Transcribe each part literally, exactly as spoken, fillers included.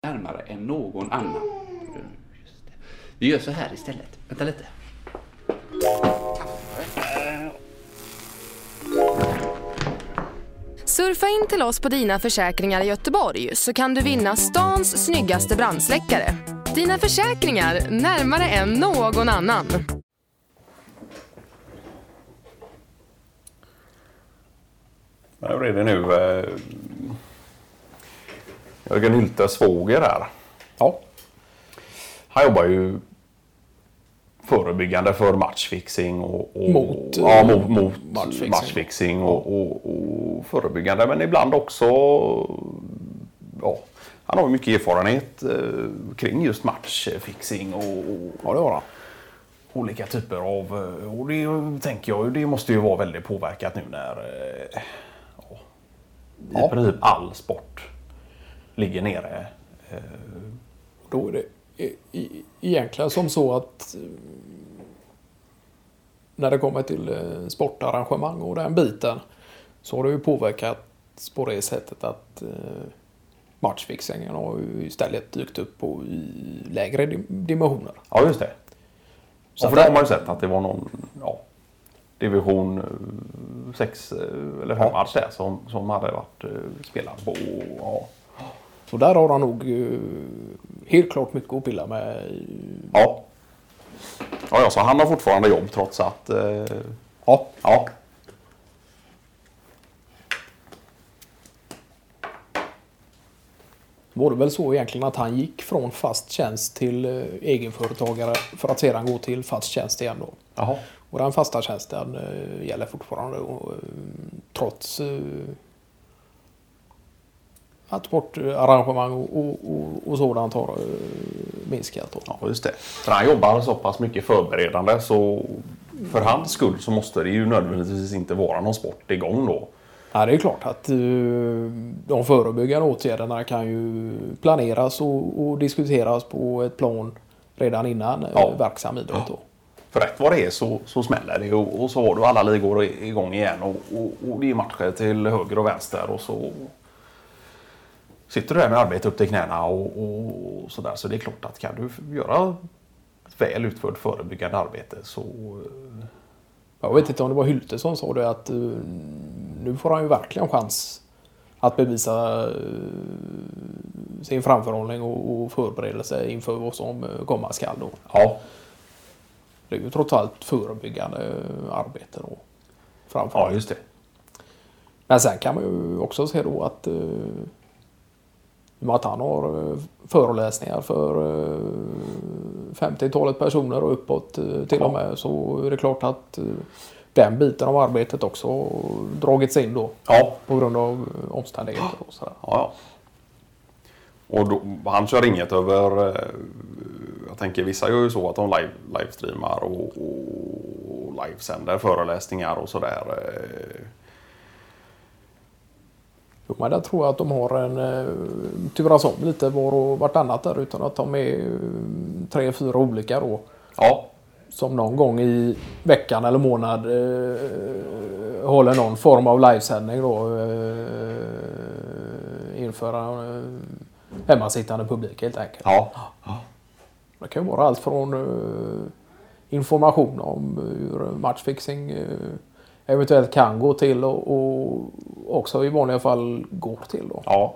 närmare än någon annan. Just det. Vi gör så här istället. Vänta lite. Surfa in till oss på Dina Försäkringar i Göteborg så kan du vinna stans snyggaste brandsläckare. Dina Försäkringar, närmare än någon annan. Men hur är det nu? Jörgen Hyltes svåger där. Ja. Han jobbar ju förebyggande för matchfixing och, och mot, ja, mot, mot matchfixing, matchfixing och, och, och förebyggande, men ibland också ja, han har mycket erfarenhet eh, kring just matchfixing och, och ja, det har han. Olika typer av, och det tänker jag, det måste ju vara väldigt påverkat nu när eh, ja, i princip all sport ligger nere. Eh. Då är det e- egentligen som så att när det kommer till sportarrangemang och den biten så har det ju påverkats på det sättet att matchfixingen har ju istället dykt upp på i lägre dimensioner. Ja, just det. Så för det har man ju sett att det var någon ja, division sex eller fem match där som, som hade varit spelad på. Ja. Så där har han nog helt klart mycket att pilla med. Ja. Ja, ja, så han har fortfarande jobb trots att... Eh, ja. Ja. Var det väl så egentligen att han gick från fast tjänst till eh, egenföretagare för att sedan gå till fast tjänst igen då. Jaha. Och den fasta tjänsten eh, gäller fortfarande och, eh, trots eh, att sportarrangemang och, och, och, och sådant har eh, minskat då. Ja, just det. För han jobbar så pass mycket förberedande så för hans skull så måste det ju nödvändigtvis inte vara någon sport igång då. Ja, det är klart att uh, de förebyggande åtgärderna kan ju planeras och, och diskuteras på ett plan redan innan ja. uh, verksam idrott då. För rätt vad det är så, så smäller det och, och så har du alla ligor igång igen och, och, och det är matcher till höger och vänster och så sitter du där med arbete upp till knäna och, och sådär. Så det är klart att kan du göra ett väl utfört förebyggande arbete så... Uh, Jag vet inte om det var Hylte som sa det att uh, nu får han ju verkligen chans att bevisa uh, sin framförhållning och, och förberedelse inför vad som uh, komma skall då. Ja. Det är ju trots allt förebyggande uh, arbete då. Ja, just det. Men sen kan man ju också se då att uh, att han har uh, föreläsningar för uh, femtiotalet personer och uppåt uh, till ja. och med så är det klart att uh, den biten av arbetet också dragits in då ja. på grund av omständigheter och sådär. Ja, ja. Och då, han kör inget över, jag tänker vissa gör ju så att de live, livestreamar och, och livesänder föreläsningar och sådär. Jo, men jag tror att de har en turas om lite var och vartannat där utan att de är tre, fyra olika då. Ja. Som någon gång i veckan eller månad eh, håller någon form av livesändning då eh, inför en eh, hemmasittande publik helt enkelt. Ja. Ja. Det kan ju vara allt från eh, information om hur matchfixing eh, eventuellt kan gå till och, och också i vanliga fall går till då. Ja.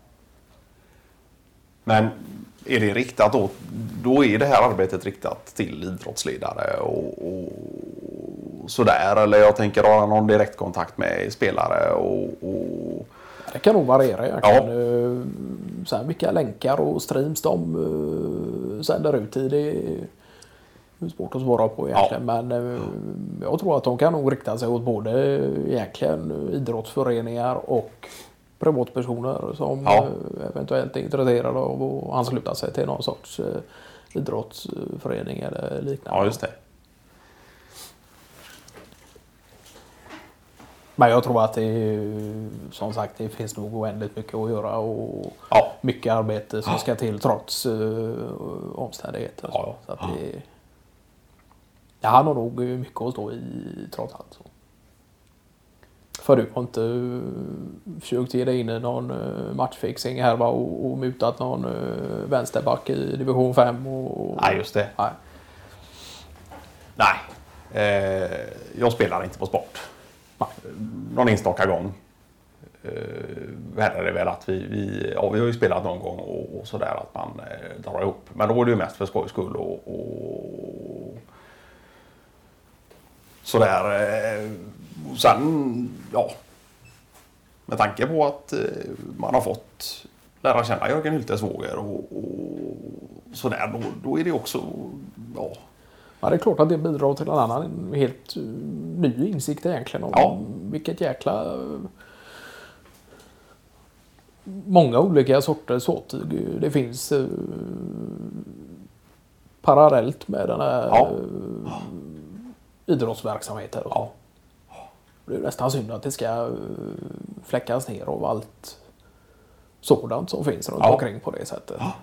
Men är det riktat då, då är det här arbetet riktat till idrottsledare och, och sådär, eller jag tänker ha någon direktkontakt med spelare och, och... Det kan nog variera egentligen. Ja. Så här, vilka länkar och streams de uh, sänder ut i det är svårt att svara på egentligen, ja. men uh, jag tror att de kan nog rikta sig åt både egentligen idrottsföreningar och privatpersoner som ja. eventuellt är intresserade av att ansluta sig till någon sorts eh, idrottsförening eller liknande. Ja, just det. Men jag tror att det är, som sagt, det finns nog oändligt mycket att göra och ja. mycket arbete som ska till trots uh, omständigheter. Ja. Så att det, ja, han har nog mycket att stå i trots allt. Så. För du har inte uh, försökt ge dig in i någon uh, matchfixing här va? Och, och mutat någon uh, vänsterback i division fem. Och, Nej, just det. Nej. Nej. Eh, jag spelar inte på sport. Nej. Någon enstaka gång. Eh, är det väl att vi, vi, ja, vi har ju spelat någon gång och, och sådär att man eh, drar ihop. Men då är det ju mest för skojs skull och, och sådär. Eh, och sen, ja. Med tanke på att eh, man har fått lära känna Jörgen Hyltesvåger och, och sådär. Då, då är det också, ja. Ja, det är klart att det bidrar till en annan en helt uh, ny insikt egentligen om ja. vilket jäkla uh, många olika sorters såtyg det finns uh, parallellt med den här ja. uh, idrottsverksamheten. Ja. Det är nästan synd att det ska uh, fläckas ner av allt sådant som finns runt ja. omkring på det sättet. Ja.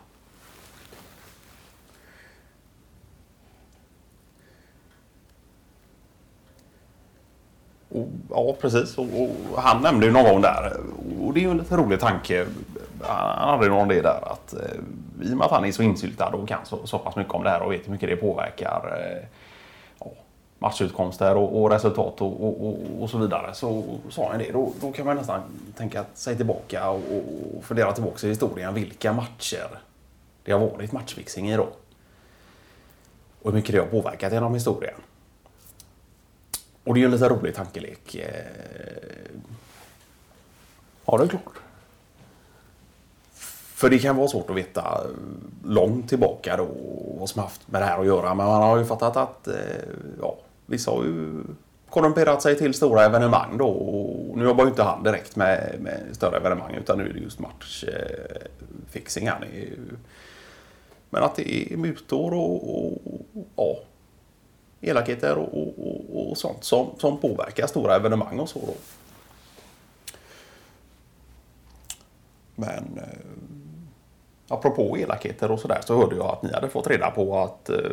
Och, ja, precis. Och, och han nämnde ju någon gång där, och det är ju en lite rolig tanke, han hade någon det där, att eh, i och med att han är så insyltad och kan så, så pass mycket om det här och vet hur mycket det påverkar eh, ja, matchutkomster och, och resultat och, och, och, och så vidare, så sa han det. Då, då kan man nästan tänka sig tillbaka och, och fundera tillbaka i historien, vilka matcher det har varit matchfixing i då. Och hur mycket det har påverkat genom historien. Och det är ju en lite rolig tankelek. Ja, det är klart. För det kan vara svårt att veta långt tillbaka då vad som haft med det här att göra. Men man har ju fattat att ja, vissa har ju korrumperat sig till stora evenemang då. Och nu jobbar ju inte han direkt med, med större evenemang, utan nu är det just matchfixing. Han är ju, men att det är mutor och, och ja, elakheter och, och, och, och sånt som, som påverkar stora evenemang och så då. Men eh, apropå elakheter och sådär, så hörde jag att ni hade fått reda på att eh,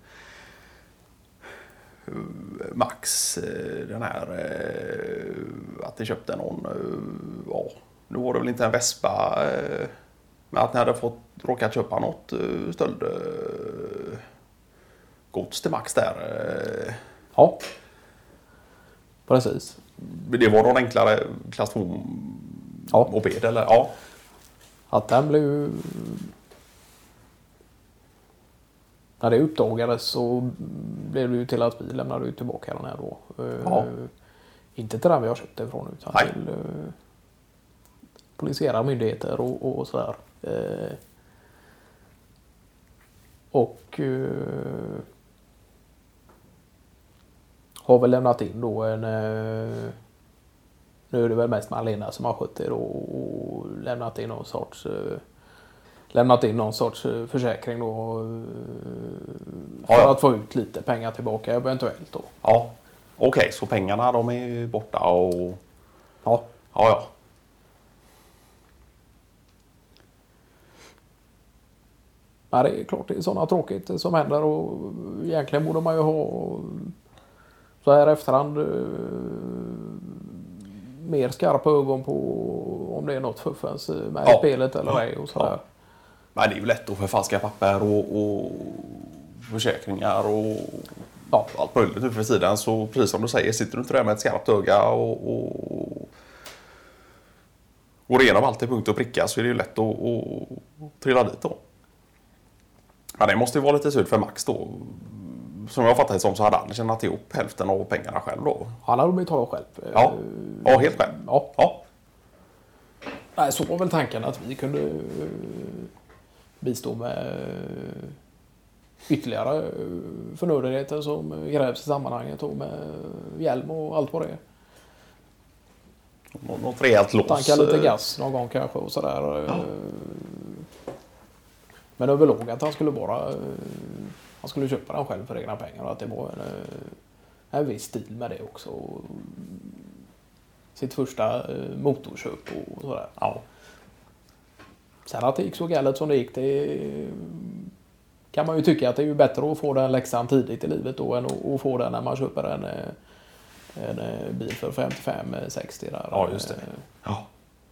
Max, eh, den här, eh, att ni köpte någon, eh, ja, nu var det väl inte en Vespa, eh, men att ni hade fått råkat köpa något eh, stöld eh, gods till Max där. Eh. Ja, precis. Det var någon enklare klass två ja. moped eller? Ja. Att den blev... När det uppdagades så blev det ju till att vi lämnade ut tillbaka den här då. Ja. Uh, inte till den vi har köpt det ifrån, utan Nej. till uh, polisiära myndigheter och, och sådär. Uh, och uh, har väl lämnat in då en... Uh, nu är det väl mest Malena som har skött det då och lämnat in någon sorts uh, lämnat in någon sorts uh, försäkring då uh, för ja. att få ut lite pengar tillbaka eventuellt då. Ja. Okej, okay, så pengarna de är ju borta och... Ja. Ja, ja. Ja, det är klart det är sådana tråkigt som händer och egentligen borde man ju ha så här efterhand uh, mer skarpa ögon på om det är något fuffens med ja. spelet eller ej och sådär. Ja. Men det är ju lätt att förfalska papper och, och försäkringar och ja, allt möjligt nu för sidan. Så precis som du säger, sitter du inte där med ett skarpt öga och, och går igenom allt i punkt och pricka, så är det ju lätt att, att trilla dit då. Ja, det måste ju vara lite surt för Max då. Som jag fattar det som så hade han tjänat ihop hälften av pengarna själv då. Han hade betalat själv. Ja, ja helt själv. Ja. Ja. Nej, så var väl tanken att vi kunde bistå med ytterligare förnödenheter som krävs i sammanhanget och med hjälm och allt vad det är. Något rejält lås. Tanka lite gas någon gång kanske och sådär. Ja. Men överlag att han skulle bara han skulle köpa den själv för egna pengar och att det var en, en viss stil med det också. Sitt första motorköp och sådär. Ja. Sen att det gick så galet som det gick, det kan man ju tycka att det är ju bättre att få den läxan tidigt i livet då än att få den när man köper en, en eh, bil för femtiofem sextio där. Ja, just det. Ja.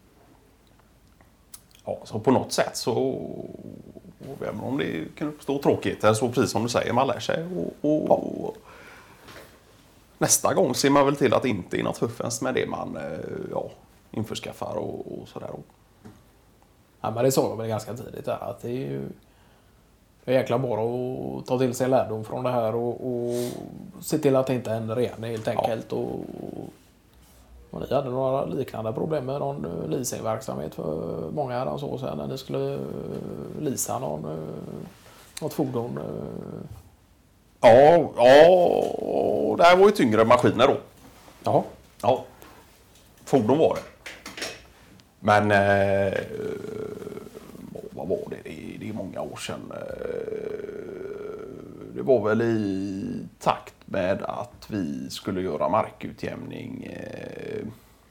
Ja, så på något sätt så, även om det kan uppstå tråkigheter, så precis som du säger, man lär sig. Och, och, och nästa gång ser man väl till att inte är något fuffens med det man ja, införskaffar och, och sådär. Ja, men det såg jag väl ganska tidigt där, att det är ju det är jäkla bra att ta till sig lärdom från det här och, och se till att det inte händer igen helt enkelt. Ja. Och, och ni hade några liknande problem med någon leasingverksamhet för många här så sen när ni skulle leasa någon, något fordon. Ja, ja, det här var ju tyngre maskiner då. Ja. Ja, fordon var det. Men eh, vad var det? Det är, det är många år sedan. Det var väl i takt med att vi skulle göra markutjämning. Eh,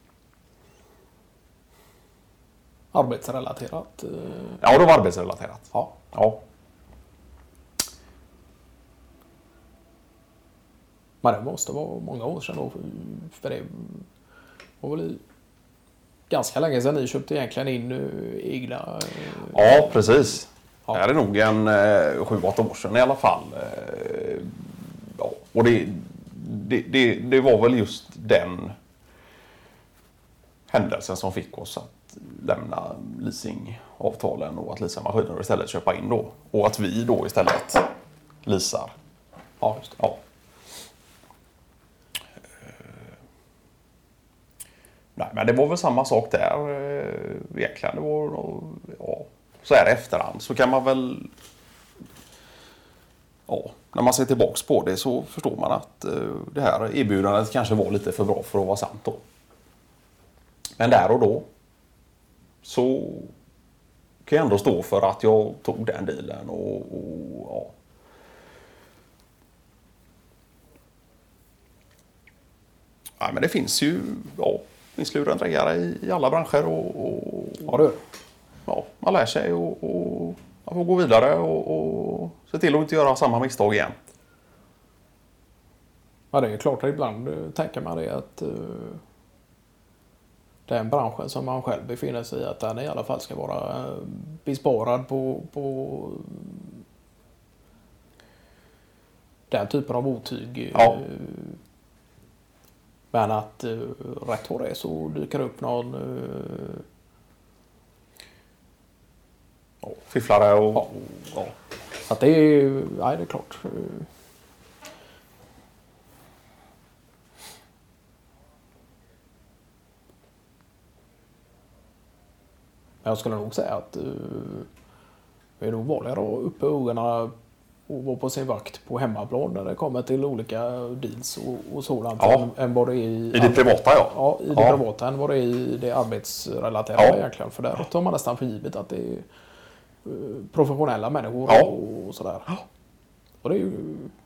Arbetsrelaterat? Eh. Ja, det var arbetsrelaterat. Ja. Ja. Men det måste vara många år sedan då. För det var väl ganska länge sedan ni köpte egentligen in uh, egna... Uh, ja, precis. Ja. Det är nog en uh, sju åtta år sedan i alla fall. Uh, ja. Och det, det, det, det var väl just den händelsen som fick oss att lämna leasingavtalen och att leasa maskiner och istället köpa in då. Och att vi då istället leasar. Ja, just det. Ja. Nej, men det var väl samma sak där eh, egentligen. Det var, ja, så här i efterhand så kan man väl, ja, när man ser tillbaks på det så förstår man att eh, det här erbjudandet kanske var lite för bra för att vara sant då. Men där och då så kan jag ändå stå för att jag tog den dealen och, och ja. Nej, men det finns ju, ja, finns lurendrejare i, i alla branscher och, och ja, det. Ja, man lär sig och, och man får gå vidare och, och se till att inte göra samma misstag igen. Ja, det är klart att ibland tänker man det att uh, den branschen som man själv befinner sig i, att den i alla fall ska vara uh, besparad på, på den typen av otyg. Ja. Uh, Men att uh, rätt vad det är så dyker upp någon uh, ja, fifflare och... Ja. Ja. Så att det är ju, nej det är klart. Uh, jag skulle nog säga att uh, det är nog vanligare att uppe ögonen och vara på sin vakt på hemmaplan när det kommer till olika deals och, och sådant Ja. än, än vad det är i, I det privata, ja. Ja, i det Ja. privata än vad det är i det arbetsrelaterade Ja. egentligen. För där tar man nästan för givet att det är uh, professionella människor Ja. och, och sådär. Och det är ju